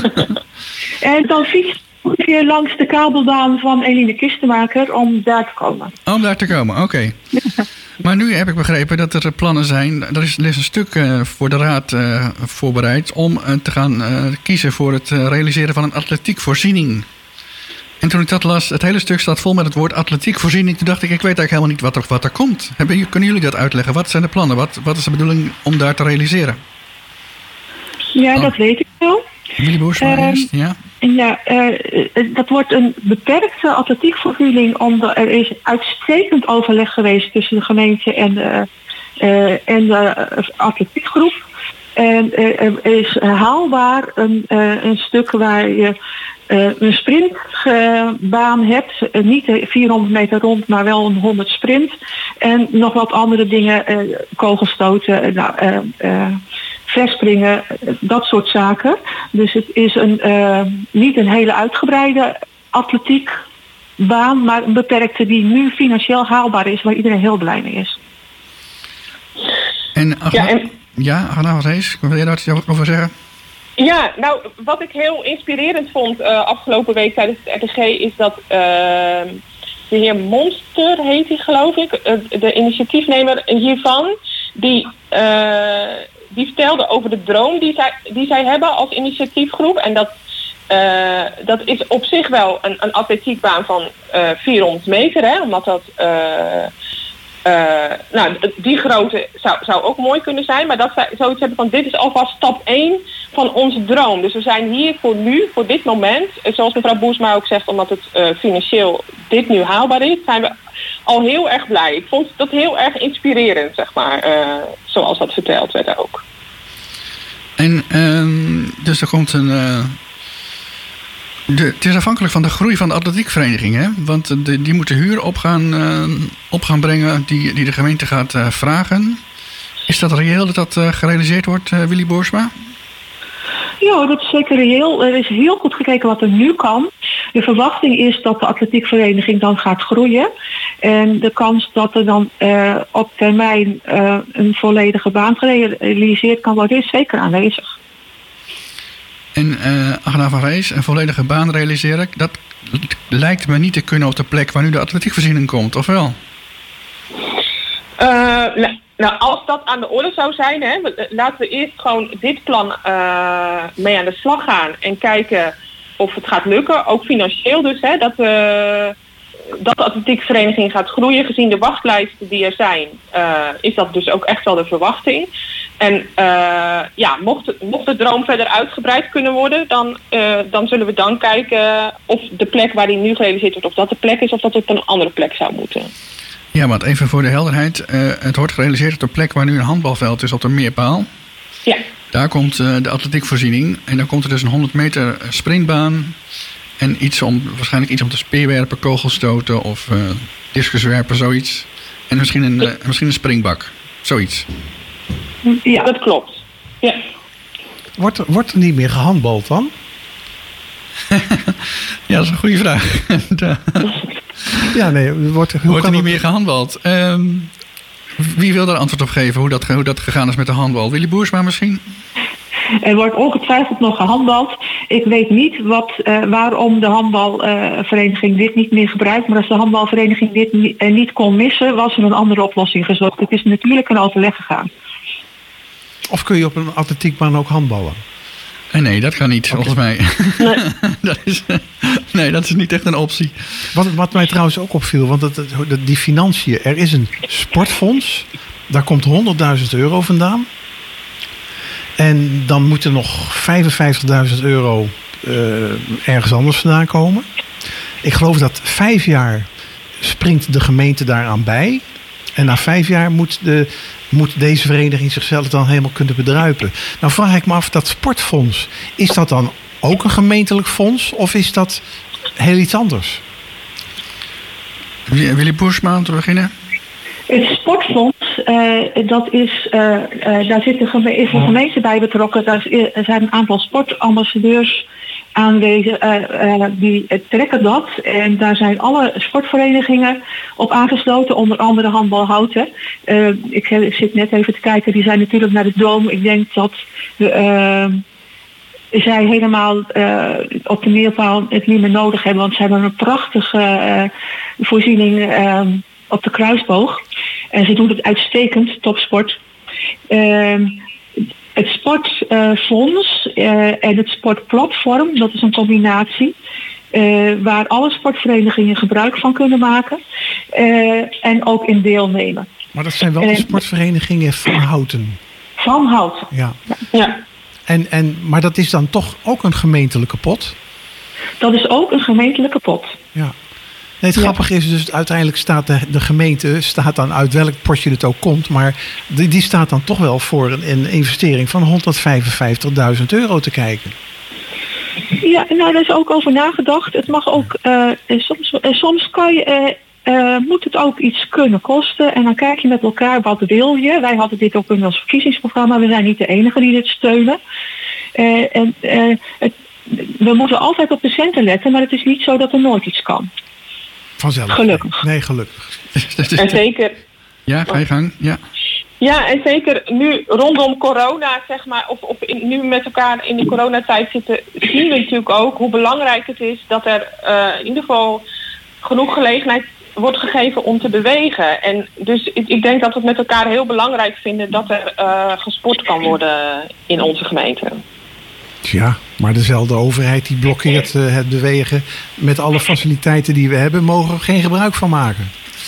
En dan fiets je langs de kabelbaan van Eline Kistenmaker om daar te komen. Om daar te komen, oké. Okay. Maar nu heb ik begrepen dat er plannen zijn. Er is, er is een stuk uh, voor de Raad uh, voorbereid om uh, te gaan uh, kiezen voor het uh, realiseren van een atletiekvoorziening. En toen ik dat las, het hele stuk staat vol met het woord atletiekvoorziening. Toen dacht ik, ik weet eigenlijk helemaal niet wat er, wat er komt. Hebben, kunnen jullie dat uitleggen? Wat zijn de plannen? Wat, wat is de bedoeling om daar te realiseren? Ja, oh. dat weet ik wel. Willy Boersma uh, eerst, ja. Ja, uh, dat wordt een beperkte atletiekvoorziening. Omdat er is uitstekend overleg geweest tussen de gemeente en de, uh, en de uh, atletiekgroep. En uh, er is haalbaar een, uh, een stuk waar je uh, een sprintbaan uh, hebt. Uh, niet de vierhonderd meter rond, maar wel een honderd sprint. En nog wat andere dingen, uh, kogelstoten, uh, nou, uh, uh, verspringen, dat soort zaken. Dus het is een, uh, niet een hele uitgebreide atletiekbaan, maar een beperkte die nu financieel haalbaar is, waar iedereen heel blij mee is. En, ja, en ja, Agna van Rees, wil je daar iets over zeggen? Ja, nou, wat ik heel inspirerend vond uh, afgelopen week tijdens het R T G is dat uh, de heer Monster, heet hij geloof ik, uh, de initiatiefnemer hiervan, die, uh, die vertelde over de droom die zij, die zij hebben als initiatiefgroep. En dat, uh, dat is op zich wel een, een atletiekbaan van uh, vierhonderd meter, hè, omdat dat... Uh, Uh, nou, die grootte zou, zou ook mooi kunnen zijn, maar dat zij zoiets hebben van dit is alvast stap één van onze droom. Dus we zijn hier voor nu, voor dit moment, zoals mevrouw Boersma ook zegt, omdat het uh, financieel dit nu haalbaar is, zijn we al heel erg blij. Ik vond dat heel erg inspirerend, zeg maar, uh, zoals dat verteld werd ook. En uh, dus er komt een... Uh... De, het is afhankelijk van de groei van de atletiekvereniging, hè? Want de, die moeten huur op gaan, uh, op gaan brengen die, die de gemeente gaat uh, vragen. Is dat reëel dat dat uh, gerealiseerd wordt, uh, Willy Boersma? Ja, dat is zeker reëel. Er is heel goed gekeken wat er nu kan. De verwachting is dat de atletiekvereniging dan gaat groeien. En de kans dat er dan uh, op termijn uh, een volledige baan gerealiseerd kan worden is zeker aanwezig. En uh, Agna van Rees, een volledige baan realiseren, dat lijkt me niet te kunnen op de plek waar nu de atletiekvoorziening komt, of wel? Uh, nou, als dat aan de orde zou zijn, hè, laten we eerst gewoon dit plan uh, mee aan de slag gaan en kijken of het gaat lukken, ook financieel dus, hè, dat, uh, dat de atletiekvereniging gaat groeien. Gezien de wachtlijsten die er zijn, uh, is dat dus ook echt wel de verwachting. En uh, ja, mocht, mocht de droom verder uitgebreid kunnen worden, dan, uh, dan zullen we dan kijken of de plek waar die nu gerealiseerd wordt, of dat de plek is of dat het op een andere plek zou moeten. Ja, want even voor de helderheid. Uh, het wordt gerealiseerd op de plek waar nu een handbalveld is op de Meerpaal. Ja. Daar komt uh, de atletiekvoorziening. En dan komt er dus een honderd meter sprintbaan. En iets om, waarschijnlijk iets om te speerwerpen, kogelstoten of uh, discuswerpen, zoiets. En misschien een, uh, misschien een springbak. Zoiets. Ja, dat klopt. Ja. Wordt er, wordt er niet meer gehandbald dan? Ja, dat is een goede vraag. Ja, nee, wordt, hoe wordt er niet het... meer gehandbald? Um, wie wil daar antwoord op geven, hoe dat, hoe dat gegaan is met de handbal? Willy Boersma misschien? Er wordt ongetwijfeld nog gehandbald. Ik weet niet wat, uh, waarom de handbalvereniging uh, dit niet meer gebruikt. Maar als de handbalvereniging dit niet, uh, niet kon missen, was er een andere oplossing gezocht. Het is natuurlijk een overleg gegaan. Of kun je op een atletiekbaan ook handballen? Nee, dat kan niet, volgens mij. Nee. dat is, nee, dat is niet echt een optie. Wat, wat mij trouwens ook opviel, want dat, dat, die financiën... Er is een sportfonds, daar komt honderdduizend euro vandaan. En dan moet er nog vijfenvijftigduizend euro uh, ergens anders vandaan komen. Ik geloof dat vijf jaar springt de gemeente daaraan bij. En na vijf jaar moet, de, moet deze vereniging zichzelf dan helemaal kunnen bedruipen. Nou vraag ik me af, dat sportfonds, is dat dan ook een gemeentelijk fonds? Of is dat heel iets anders? Willy Boersma, om te beginnen. Het sportfonds, uh, dat is, uh, uh, daar zit een geme- is een gemeente bij betrokken. Daar is, er zijn een aantal sportambassadeurs aanwezig, uh, uh, die uh, trekken dat. En daar zijn alle sportverenigingen op aangesloten, onder andere Handbal Houten. Uh, ik, ik zit net even te kijken, die zijn natuurlijk naar de Dome. Ik denk dat we, uh, zij helemaal uh, op de Meerpaal het niet meer nodig hebben, want ze hebben een prachtige uh, voorziening uh, op de Kruisboog. En ze doen het uitstekend, topsport. Uh, het sportfonds uh, uh, en het sportplatform, dat is een combinatie. Uh, waar alle sportverenigingen gebruik van kunnen maken. Uh, en ook in deelnemen. Maar dat zijn wel de uh, sportverenigingen van Houten. Van Houten. Ja. ja. En, en, maar dat is dan toch ook een gemeentelijke pot? Dat is ook een gemeentelijke pot. Ja. Nee, het ja. grappige is dus, uiteindelijk staat de, de gemeente, staat dan uit welk potje het ook komt, maar die, die staat dan toch wel voor een, een investering van honderdvijfenvijftigduizend euro te kijken. Ja, nou, daar is ook over nagedacht. Het mag ook, uh, soms, uh, soms kan je, uh, uh, moet het ook iets kunnen kosten. En dan kijk je met elkaar, wat wil je? Wij hadden dit ook in ons verkiezingsprogramma. We zijn niet de enigen die dit steunen. Uh, en, uh, het, we moeten altijd op de centen letten, maar het is niet zo dat er nooit iets kan. Vanzelf. Gelukkig. Nee, gelukkig. En zeker. Ja, ga je gang. Ja. Ja, en zeker nu rondom corona, zeg maar, of, of in, nu met elkaar in de coronatijd zitten, zien we natuurlijk ook hoe belangrijk het is dat er uh, in ieder geval genoeg gelegenheid wordt gegeven om te bewegen. En dus ik, ik denk dat we het met elkaar heel belangrijk vinden dat er uh, gesport kan worden in onze gemeente. Ja, maar dezelfde overheid die blokkeert uh, het bewegen. Met alle faciliteiten die we hebben, mogen we geen gebruik van maken.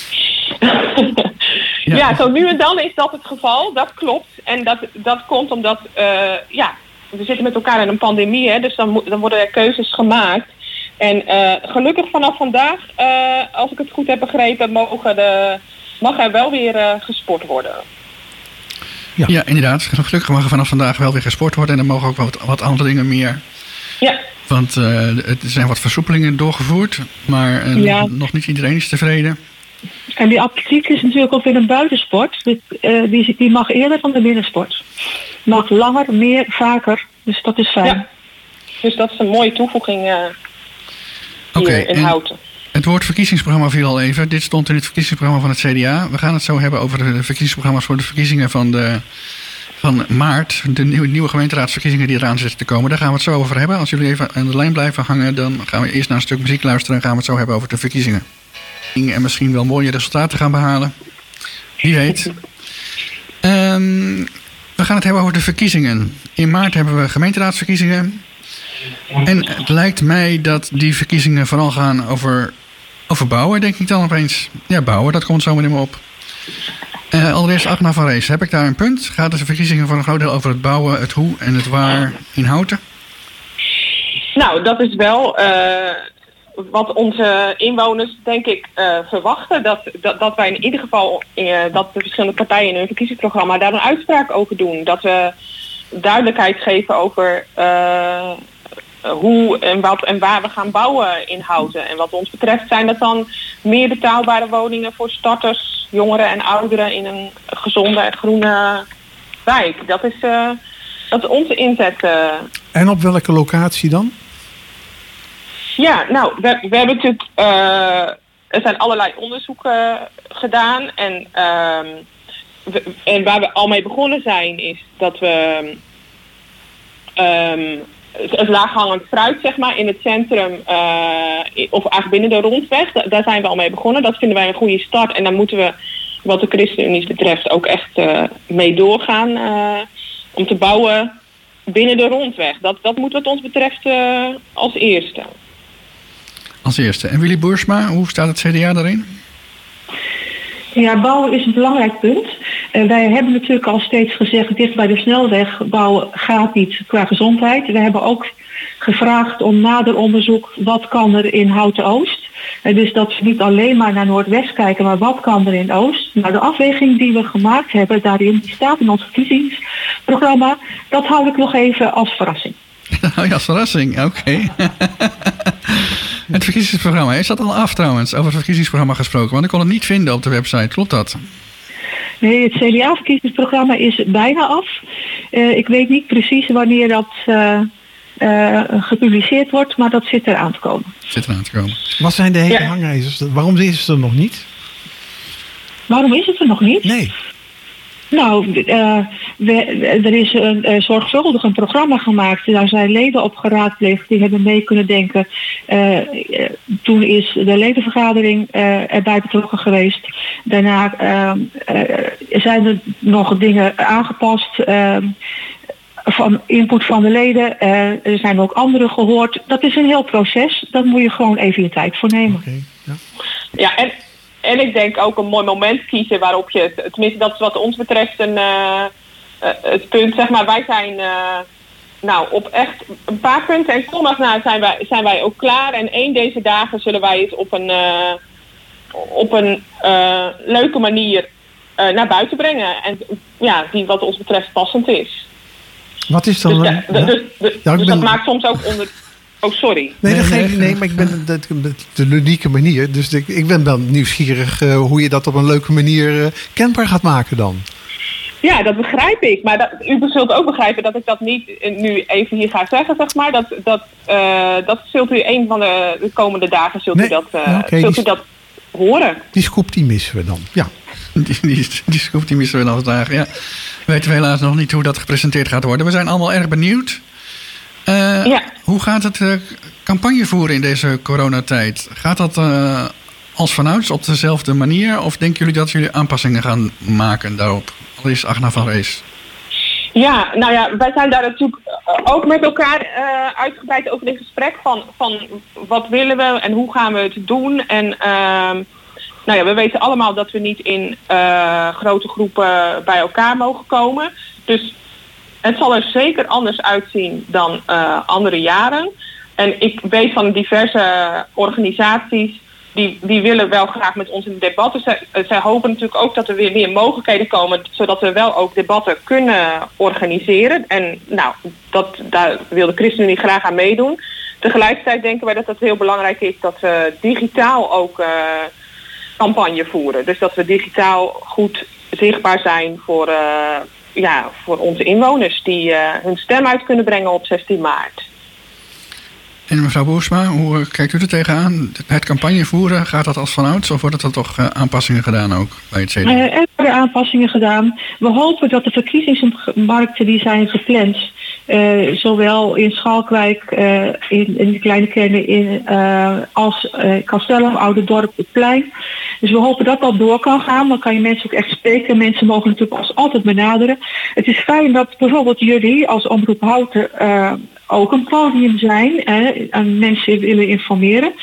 Ja. ja, zo nu en dan is dat het geval, dat klopt. En dat, dat komt omdat, uh, ja, we zitten met elkaar in een pandemie, hè, dus dan, mo- dan worden er keuzes gemaakt. En uh, gelukkig vanaf vandaag, uh, als ik het goed heb begrepen, mogen de, mag er wel weer uh, gesport worden. Ja. ja, inderdaad. Gelukkig mag er vanaf vandaag wel weer gesport worden. En er mogen ook wat, wat andere dingen meer. Ja. Want uh, er zijn wat versoepelingen doorgevoerd. Maar uh, ja. nog niet iedereen is tevreden. En die atletiek is natuurlijk ook weer een buitensport. Die, uh, die, die mag eerder dan de binnensport. Mag langer, meer, vaker. Dus dat is fijn. Ja. Dus dat is een mooie toevoeging uh, hier okay, in Houten. Het woord verkiezingsprogramma viel al even. Dit stond in het verkiezingsprogramma van het C D A. We gaan het zo hebben over de verkiezingsprogramma's voor de verkiezingen van, de, van maart. De nieuwe, nieuwe gemeenteraadsverkiezingen die eraan zitten te komen. Daar gaan we het zo over hebben. Als jullie even aan de lijn blijven hangen, dan gaan we eerst naar een stuk muziek luisteren en gaan we het zo hebben over de verkiezingen. En misschien wel mooie resultaten gaan behalen. Wie weet. Um, we gaan het hebben over de verkiezingen. In maart hebben we gemeenteraadsverkiezingen. En het lijkt mij dat die verkiezingen vooral gaan over Over bouwen denk ik dan opeens. Ja, bouwen, dat komt zo meteen maar op. Uh, allereerst Agna van Rees. Heb ik daar een punt? Gaat de verkiezingen voor een groot deel over het bouwen, het hoe en het waar in Houten? Nou, dat is wel uh, wat onze inwoners, denk ik, uh, verwachten. Dat, dat, dat wij in ieder geval, uh, dat de verschillende partijen in hun verkiezingsprogramma daar een uitspraak over doen. Dat we duidelijkheid geven over uh, hoe en wat en waar we gaan bouwen in Houten. En wat ons betreft zijn dat dan meer betaalbare woningen voor starters, jongeren en ouderen in een gezonde en groene wijk. Dat is, uh, dat is onze inzet. Uh. En op welke locatie dan? Ja, nou, we, we hebben natuurlijk, uh, er zijn allerlei onderzoeken gedaan en, uh, we, en waar we al mee begonnen zijn is dat we um, het laaghangend fruit, zeg maar, in het centrum, uh, of eigenlijk binnen de rondweg, da- daar zijn we al mee begonnen. Dat vinden wij een goede start en daar moeten we, wat de ChristenUnie betreft, ook echt uh, mee doorgaan uh, om te bouwen binnen de rondweg. Dat, dat moet wat ons betreft uh, als eerste. Als eerste. En Willy Boersma, hoe staat het C D A daarin? Ja, bouwen is een belangrijk punt. Uh, wij hebben natuurlijk al steeds gezegd, dicht bij de snelweg bouwen gaat niet qua gezondheid. We hebben ook gevraagd om nader onderzoek, wat kan er in Houten-Oost. Uh, dus dat we niet alleen maar naar Noordwest kijken, maar wat kan er in Oost. Nou, de afweging die we gemaakt hebben daarin, die staat in ons verkiezingsprogramma, dat hou ik nog even als verrassing. Oh ja, als verrassing, oké. Okay. Het verkiezingsprogramma, is dat al af trouwens, over het verkiezingsprogramma gesproken? Want ik kon het niet vinden op de website, klopt dat? Nee, het C D A-verkiezingsprogramma is bijna af. Uh, ik weet niet precies wanneer dat uh, uh, gepubliceerd wordt, maar dat zit eraan te komen. Zit eraan te komen. Wat zijn de hele Ja. hangijzers? Waarom is het er nog niet? Waarom is het er nog niet? Nee. Nou, uh, we, er is een uh, zorgvuldig een programma gemaakt. Daar zijn leden op geraadpleegd. Die hebben mee kunnen denken. Uh, uh, toen is de ledenvergadering uh, erbij betrokken geweest. Daarna uh, uh, zijn er nog dingen aangepast. Uh, van input van de leden. Uh, er zijn ook anderen gehoord. Dat is een heel proces. Daar moet je gewoon even je tijd voor nemen. Okay, ja. Ja, en, en ik denk ook een mooi moment kiezen waarop je, tenminste dat is wat ons betreft een, uh, uh, het punt, zeg maar, wij zijn uh, nou op echt een paar punten en zondag na zijn wij, zijn wij ook klaar. En één deze dagen zullen wij het op een, uh, op een uh, leuke manier uh, naar buiten brengen. En ja, die wat ons betreft passend is. Wat is dan... Dus, ja, ja, dus, dus, ja, dus ben... dat maakt soms ook onder... Oh, sorry. Nee, Nee, dat nee, geef, nee. nee, maar ik ben de, de, de ludieke manier. Dus de, ik ben wel nieuwsgierig uh, hoe je dat op een leuke manier uh, kenbaar gaat maken dan. Ja, dat begrijp ik. Maar dat, u zult ook begrijpen dat ik dat niet nu even hier ga zeggen, zeg maar. Dat, dat, uh, dat zult u een van de, de komende dagen zult Nee. u dat, uh, Okay, zult die, u dat horen. Die scoop die missen we dan. Ja. Die, die, die scoop die missen we dan vandaag, ja. We weten helaas nog niet hoe dat gepresenteerd gaat worden. We zijn allemaal erg benieuwd. Uh, Ja. Hoe gaat het uh, campagne voeren in deze coronatijd? Gaat dat uh, als vanouds op dezelfde manier? Of denken jullie dat jullie aanpassingen gaan maken daarop? Allereerst Agna van Rees. Ja, nou ja, wij zijn daar natuurlijk ook met elkaar uh, uitgebreid over in gesprek van, van wat willen we en hoe gaan we het doen. En uh, nou ja, we weten allemaal dat we niet in uh, grote groepen bij elkaar mogen komen. Dus het zal er zeker anders uitzien dan uh, andere jaren. En ik weet van diverse organisaties, die, die willen wel graag met ons in debatten. Zij, zij hopen natuurlijk ook dat er weer meer mogelijkheden komen, zodat we wel ook debatten kunnen organiseren. En nou, dat, daar wil de ChristenUnie graag aan meedoen. Tegelijkertijd denken wij dat het heel belangrijk is dat we digitaal ook uh, campagne voeren. Dus dat we digitaal goed zichtbaar zijn voor... Uh, Ja, voor onze inwoners die uh, hun stem uit kunnen brengen op zestien maart. En mevrouw Boersma, hoe uh, kijkt u er tegenaan? Het campagne voeren, gaat dat als vanouds? Of worden er toch uh, aanpassingen gedaan ook bij het C D A? Uh, er worden aanpassingen gedaan. We hopen dat de verkiezingsmarkten die zijn gepland, uh, zowel in Schalkwijk, uh, in, in de kleine kernen in, uh, als uh, Castellum, Ouderdorp, het plein. Dus we hopen dat dat door kan gaan. Dan kan je mensen ook echt spreken. Mensen mogen natuurlijk als altijd benaderen. Het is fijn dat bijvoorbeeld jullie als Omroep Houten uh, ook een podium zijn. Uh, en mensen willen informeren.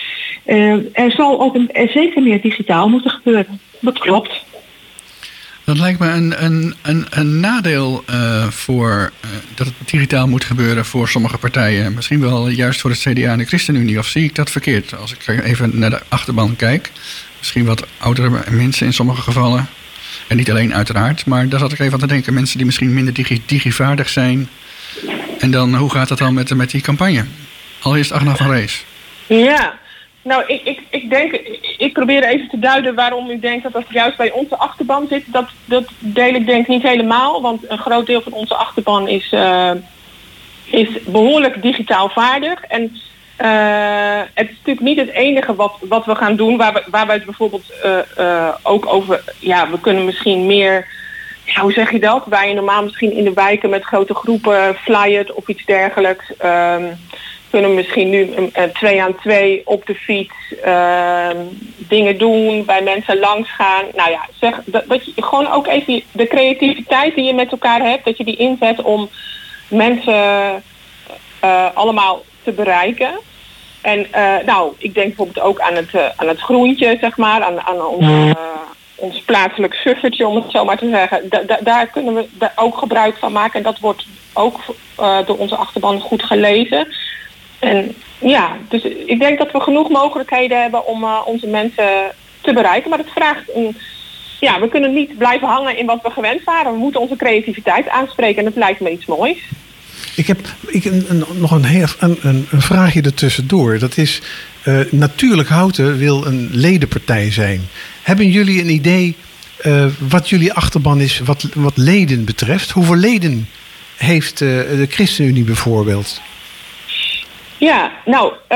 Uh, er zal ook een, er zeker meer digitaal moeten gebeuren. Dat klopt. Dat lijkt me een, een, een, een nadeel uh, voor uh, dat het digitaal moet gebeuren voor sommige partijen. Misschien wel juist voor het C D A en de ChristenUnie. Of zie ik dat verkeerd? Als ik even naar de achterban kijk. Misschien wat oudere mensen in sommige gevallen. En niet alleen uiteraard. Maar daar zat ik even aan te denken. Mensen die misschien minder digi- digivaardig zijn. En dan, hoe gaat dat dan met, met die campagne? Allereerst Agna van Rees. Ja, nou, ik, ik, ik denk, ik probeer even te duiden waarom u denkt dat dat juist bij onze achterban zit. Dat, dat deel ik denk niet helemaal, want een groot deel van onze achterban is, uh, is behoorlijk digitaal vaardig. En uh, het is natuurlijk niet het enige wat, wat we gaan doen, waar we, waar we het bijvoorbeeld uh, uh, ook over, ja, we kunnen misschien meer, ja, hoe zeg je dat? Waar je normaal misschien in de wijken met grote groepen flyert of iets dergelijks. Um, kunnen we misschien nu uh, twee aan twee op de fiets uh, dingen doen, bij mensen langs gaan. Nou ja, zeg dat, dat je gewoon ook even de creativiteit die je met elkaar hebt, dat je die inzet om mensen uh, allemaal te bereiken. En uh, nou, ik denk bijvoorbeeld ook aan het, uh, aan het groentje, zeg maar, aan, aan ons, uh, ons plaatselijk suffertje, om het zo maar te zeggen. Da- da- daar kunnen we daar ook gebruik van maken en dat wordt ook uh, door onze achterban goed gelezen. En ja, dus ik denk dat we genoeg mogelijkheden hebben om uh, onze mensen te bereiken. Maar het vraagt een, ja, we kunnen niet blijven hangen in wat we gewend waren. We moeten onze creativiteit aanspreken en dat lijkt me iets moois. Ik heb ik, een, een, nog een, heel, een, een vraagje ertussendoor. Dat is, uh, Natuurlijk Houten wil een ledenpartij zijn. Hebben jullie een idee uh, wat jullie achterban is wat, wat leden betreft? Hoeveel leden heeft uh, de ChristenUnie bijvoorbeeld? Ja, nou, uh,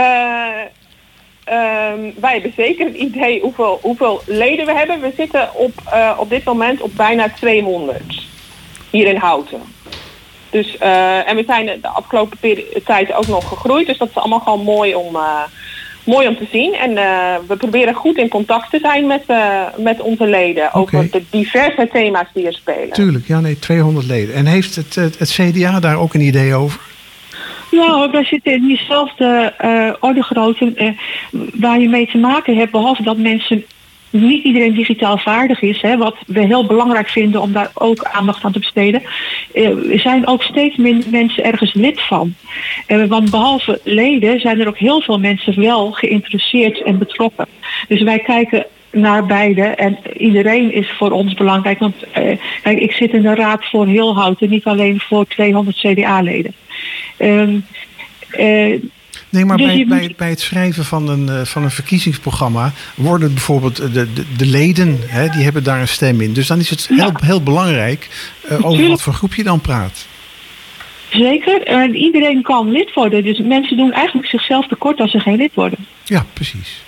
uh, wij hebben zeker een idee hoeveel, hoeveel leden we hebben. We zitten op, uh, op dit moment op bijna tweehonderd hier in Houten. Dus, uh, en we zijn de afgelopen peri- tijd ook nog gegroeid. Dus dat is allemaal gewoon mooi om, uh, mooi om te zien. En uh, we proberen goed in contact te zijn met, uh, met onze leden. Okay. Over de diverse thema's die er spelen. Tuurlijk, ja nee, tweehonderd leden. En heeft het, het, het C D A daar ook een idee over? Nou, wij zitten in diezelfde uh, ordegrootte uh, waar je mee te maken hebt, behalve dat mensen, niet iedereen digitaal vaardig is, hè, wat we heel belangrijk vinden om daar ook aandacht aan te besteden. Uh, er zijn ook steeds minder mensen ergens lid van. Uh, want behalve leden zijn er ook heel veel mensen wel geïnteresseerd en betrokken. Dus wij kijken naar beide en iedereen is voor ons belangrijk. Want uh, kijk, ik zit in de raad voor heel Houten, niet alleen voor tweehonderd C D A-leden. Um, uh, nee, maar dus bij, moet... bij, bij het schrijven van een, uh, van een verkiezingsprogramma worden bijvoorbeeld de, de, de leden, hè, die hebben daar een stem in. Dus dan is het heel, ja. heel belangrijk uh, over wat voor groep je dan praat. Zeker, en uh, iedereen kan lid worden. Dus mensen doen eigenlijk zichzelf tekort als ze geen lid worden. Ja, precies.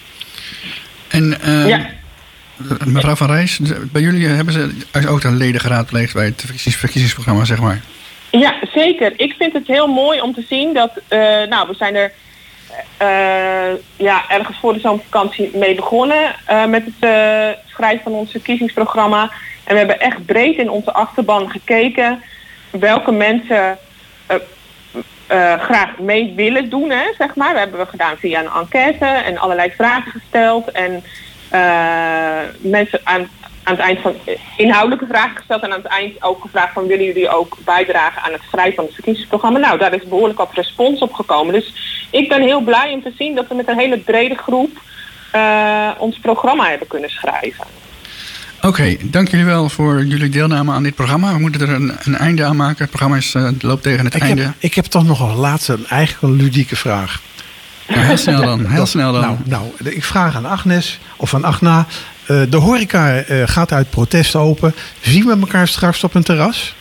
En uh, ja. mevrouw Van Rees, bij jullie hebben ze ook een leden geraadpleegd bij het verkiezings- verkiezingsprogramma, zeg maar. Ja, zeker. Ik vind het heel mooi om te zien dat, uh, nou, we zijn er uh, ja, ergens voor de zomervakantie mee begonnen uh, met het uh, schrijven van ons verkiezingsprogramma. En we hebben echt breed in onze achterban gekeken welke mensen uh, uh, graag mee willen doen, hè, zeg maar. Dat hebben we gedaan via een enquête en allerlei vragen gesteld en uh, mensen aan aan het eind van inhoudelijke vragen gesteld en aan het eind ook gevraagd van willen jullie ook bijdragen aan het schrijven van het verkiezingsprogramma. Nou, daar is behoorlijk wat respons op gekomen. Dus ik ben heel blij om te zien dat we met een hele brede groep uh, ons programma hebben kunnen schrijven. Oké, okay, dank jullie wel voor jullie deelname aan dit programma. We moeten er een, een einde aan maken. Het programma is, uh, loopt tegen het ik einde. Heb, ik heb toch nog een laatste, eigenlijk een ludieke vraag. Ja, heel snel dan, heel snel dan. Nou, nou, ik vraag aan Agnes of aan Agna. Uh, de horeca uh, gaat uit protest open. Zien we elkaar straks op een terras?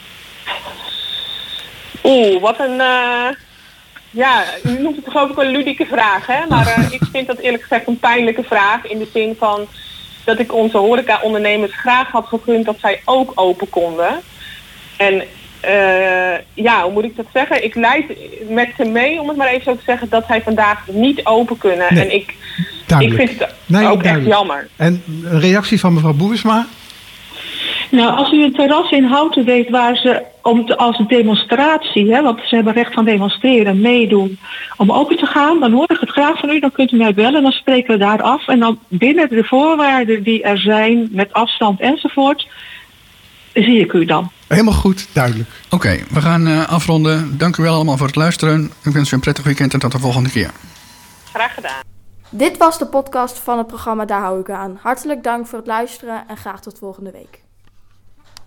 Oeh, wat een... Uh, ja, u noemt het geloof ik wel een ludieke vraag, hè? Maar uh, ik vind dat eerlijk gezegd een pijnlijke vraag. In de zin van dat ik onze horeca-ondernemers graag had gegund dat zij ook open konden. En uh, ja, hoe moet ik dat zeggen? Ik leid met ze mee, om het maar even zo te zeggen, dat zij vandaag niet open kunnen. Nee. En ik... Duidelijk. Ik vind het nee, ook duidelijk. echt jammer. En een reactie van mevrouw Boersma? Nou, als u een terras in Houten weet waar ze om te, als demonstratie, hè, want ze hebben recht van demonstreren, meedoen, om open te gaan, dan hoor ik het graag van u. Dan kunt u mij bellen, dan spreken we daar af. En dan binnen de voorwaarden die er zijn, met afstand enzovoort, zie ik u dan. Helemaal goed, duidelijk. Oké, okay, we gaan uh, afronden. Dank u wel allemaal voor het luisteren. Ik wens u een prettig weekend en tot de volgende keer. Graag gedaan. Dit was de podcast van het programma Daar hou ik aan. Hartelijk dank voor het luisteren en graag tot volgende week.